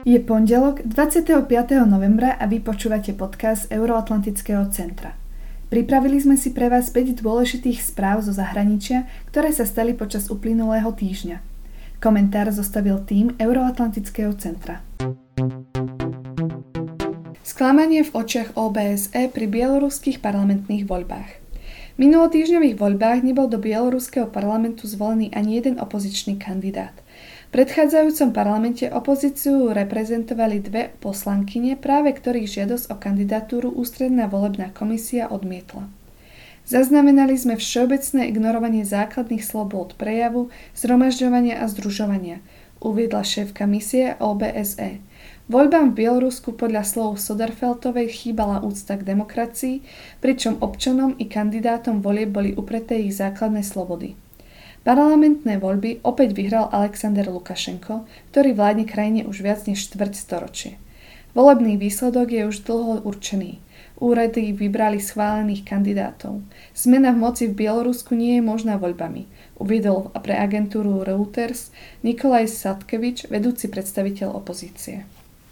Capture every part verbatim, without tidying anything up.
Je pondelok dvadsiateho piateho novembra a vy počúvate podcast Euroatlantického centra. Pripravili sme si pre vás päť dôležitých správ zo zahraničia, ktoré sa stali počas uplynulého týždňa. Komentár zostavil tím Euroatlantického centra. Sklamanie v očiach ó bé es é pri bieloruských parlamentných voľbách. V minulotýždňových voľbách nebol do bieloruského parlamentu zvolený ani jeden opozičný kandidát. V predchádzajúcom parlamente opozíciu reprezentovali dve poslankyne, práve ktorých žiadosť o kandidatúru ústredná volebná komisia odmietla. Zaznamenali sme všeobecné ignorovanie základných slobôd prejavu, zhromažďovania a združovania, uviedla šéfka misie ó bé es é. Voľbám v Bielorusku podľa slov Soderfeltovej chýbala úcta k demokracii, pričom občanom i kandidátom volieb boli upreté ich základné slobody. Parlamentné voľby opäť vyhral Alexander Lukašenko, ktorý vládne krajine už viac než štvrť storočie. Volebný výsledok je už dlho určený. Úrady vybrali schválených kandidátov. Zmena v moci v Bielorusku nie je možná voľbami, uviedol pre agentúru Reuters Nikolaj Sadkevič, vedúci predstaviteľ opozície.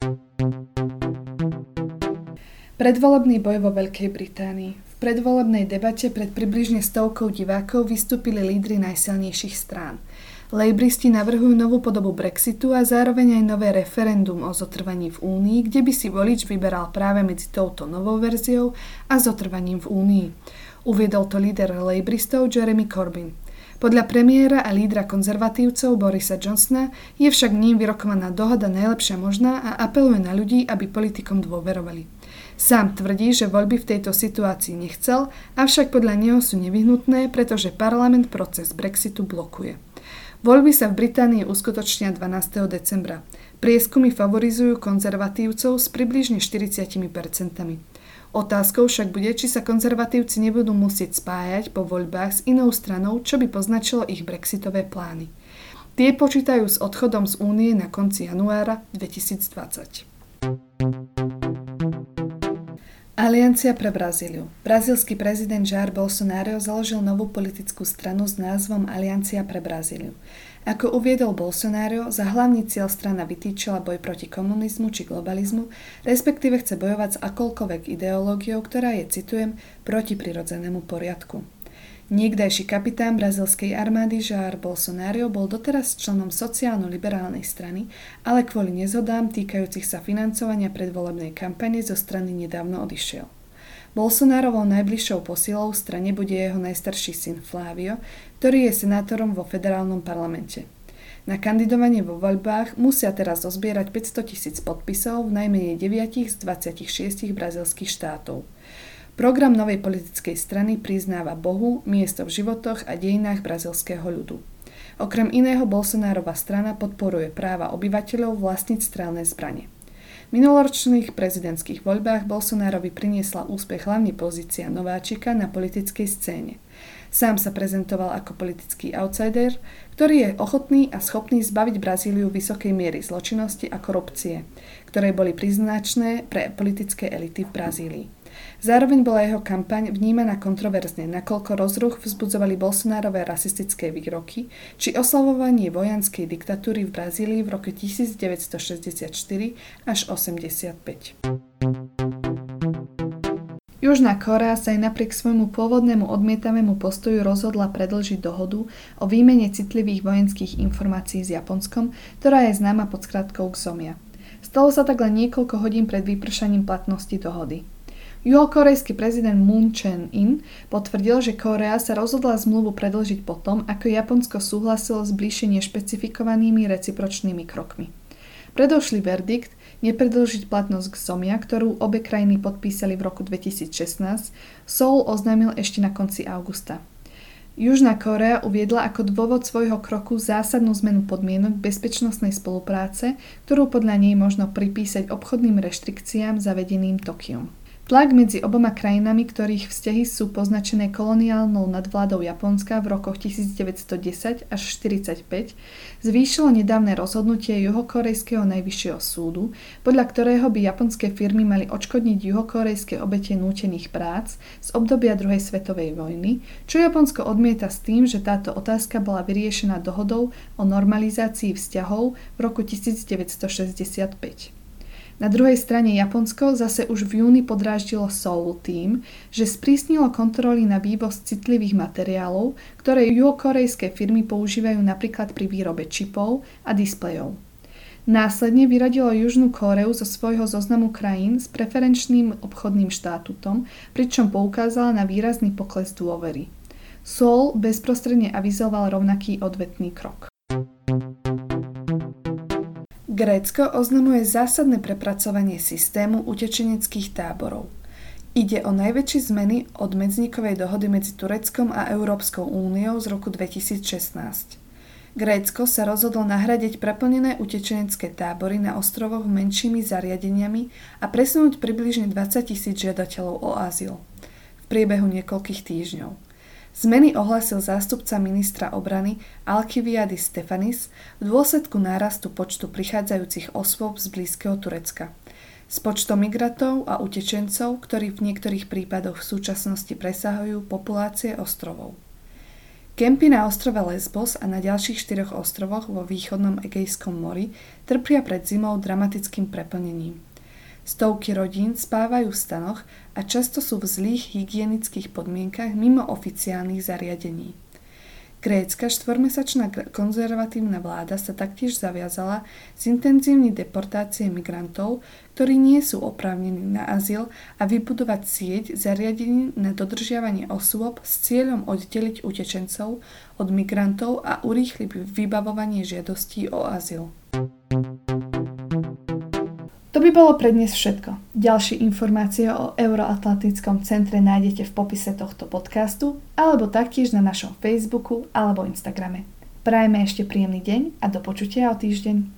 Predvolebný boj vo Veľkej Británii. V predvolebnej debate pred približne stovkou divákov vystúpili lídri najsilnejších strán. Lejbristi navrhujú novú podobu Brexitu a zároveň aj nové referendum o zotrvaní v Únii, kde by si volič vyberal práve medzi touto novou verziou a zotrvaním v Únii. Uviedol to líder lejbristov Jeremy Corbyn. Podľa premiéra a lídra konzervatívcov Borisa Johnsona je však ním vyrokovaná dohoda najlepšia možná a apeluje na ľudí, aby politikom dôverovali. Sám tvrdí, že voľby v tejto situácii nechcel, avšak podľa neho sú nevyhnutné, pretože parlament proces Brexitu blokuje. Voľby sa v Británii uskutočnia dvanásteho decembra. Prieskumy favorizujú konzervatívcov s približne štyridsať percent. Otázkou však bude, či sa konzervatívci nebudú musieť spájať po voľbách s inou stranou, čo by poznačilo ich brexitové plány. Tie počítajú s odchodom z únie na konci januára dvetisícdvadsať. Aliancia pre Brazíliu. Brazílsky prezident Jair Bolsonaro založil novú politickú stranu s názvom Aliancia pre Brazíliu. Ako uviedol Bolsonaro, za hlavný cieľ strana vytýčila boj proti komunizmu či globalizmu, respektíve chce bojovať s akoukoľvek ideológiou, ktorá je, citujem, proti prirodzenému poriadku. Niekdajší kapitán brazílskej armády Jair Bolsonaro bol doteraz členom sociálno-liberálnej strany, ale kvôli nezhodám týkajúcich sa financovania predvolebnej kampane zo strany nedávno odišiel. Bolsonarovou najbližšou posilou v strane bude jeho najstarší syn Flávio, ktorý je senátorom vo federálnom parlamente. Na kandidovanie vo voľbách musia teraz zozbierať päťstotisíc podpisov v najmenej deviatich z dvadsaťšesť brazílskych štátov. Program novej politickej strany priznáva Bohu, miesto v životoch a dejinách brazílskeho ľudu. Okrem iného Bolsonárova strana podporuje práva obyvateľov vlastniť strelné zbrane. V minuloročných prezidentských voľbách Bolsonárovi priniesla úspech hlavne pozícia nováčika na politickej scéne. Sám sa prezentoval ako politický outsider, ktorý je ochotný a schopný zbaviť Brazíliu vysokej miery zločinnosti a korupcie, ktoré boli príznačné pre politické elity v Brazílii. Zároveň bola jeho kampaň vnímaná kontroverzne, nakoľko rozruch vzbudzovali Bolsonárove rasistické výroky či oslavovanie vojenskej diktatúry v Brazílii v roku devätnásťstošesťdesiatštyri až osemdesiatpäť. Južná Kórea sa aj napriek svojmu pôvodnému odmietavému postoju rozhodla predĺžiť dohodu o výmene citlivých vojenských informácií s Japonskom, ktorá je známa pod skratkou Xomia. Stalo sa tak len niekoľko hodín pred vypršaním platnosti dohody. Juhokorejský prezident Moon Jae-in potvrdil, že Kórea sa rozhodla zmluvu predĺžiť potom, ako Japonsko súhlasilo s bližšie nešpecifikovanými recipročnými krokmi. Predošlý verdikt nepredĺžiť platnosť Xomia, ktorú obe krajiny podpísali v roku dvetisícšestnásť, Seoul oznámil ešte na konci augusta. Južná Kórea uviedla ako dôvod svojho kroku zásadnú zmenu podmienok bezpečnostnej spolupráce, ktorú podľa nej možno pripísať obchodným reštrikciám zavedeným Tokiom. Tlak medzi oboma krajinami, ktorých vzťahy sú poznačené koloniálnou nadvládou Japonska v rokoch devätnásťstodesať až štyridsaťpäť, zvýšilo nedávne rozhodnutie juhokorejského najvyššieho súdu, podľa ktorého by japonské firmy mali odškodniť juhokorejské obete nútených prác z obdobia druhej svetovej vojny, čo Japonsko odmieta s tým, že táto otázka bola vyriešená dohodou o normalizácii vzťahov v roku devätnásťstošesťdesiatpäť. Na druhej strane Japonsko zase už v júni podráždilo Seoul tým, že sprísnilo kontroly na vývoz citlivých materiálov, ktoré juhokorejské firmy používajú napríklad pri výrobe čipov a displejov. Následne vyradilo Južnú Kóreu zo svojho zoznamu krajín s preferenčným obchodným štátutom, pričom poukázala na výrazný pokles dôvery. Seoul bezprostredne avizoval rovnaký odvetný krok. Grécko oznamuje zásadné prepracovanie systému utečeneckých táborov. Ide o najväčšie zmeny od medzníkovej dohody medzi Tureckom a Európskou úniou z roku dvetisícšestnásť. Grécko sa rozhodlo nahradiť preplnené utečenecké tábory na ostrovoch menšími zariadeniami a presunúť približne dvadsaťtisíc žiadateľov o azyl v priebehu niekoľkých týždňov. Zmeny ohlásil zástupca ministra obrany Alkiviadis Stefanis v dôsledku nárastu počtu prichádzajúcich osôb z blízkeho Turecka. S počtom migrantov a utečencov, ktorí v niektorých prípadoch v súčasnosti presahujú populácie ostrovov. Kempy na ostrove Lesbos a na ďalších štyroch ostrovoch vo východnom Egejskom mori trpia pred zimou dramatickým preplnením. Stovky rodín spávajú v stanoch a často sú v zlých hygienických podmienkach mimo oficiálnych zariadení. Grécka štvormesačná konzervatívna vláda sa taktiež zaviazala zintenzívniť deportácie migrantov, ktorí nie sú oprávnení na azyl, a vybudovať sieť zariadení na dodržiavanie osôb s cieľom oddeliť utečencov od migrantov a urýchliť vybavovanie žiadostí o azyl. To by bolo pre dnes všetko. Ďalšie informácie o Euroatlantickom centre nájdete v popise tohto podcastu alebo taktiež na našom Facebooku alebo Instagrame. Prajme ešte príjemný deň a do počutia o týždeň.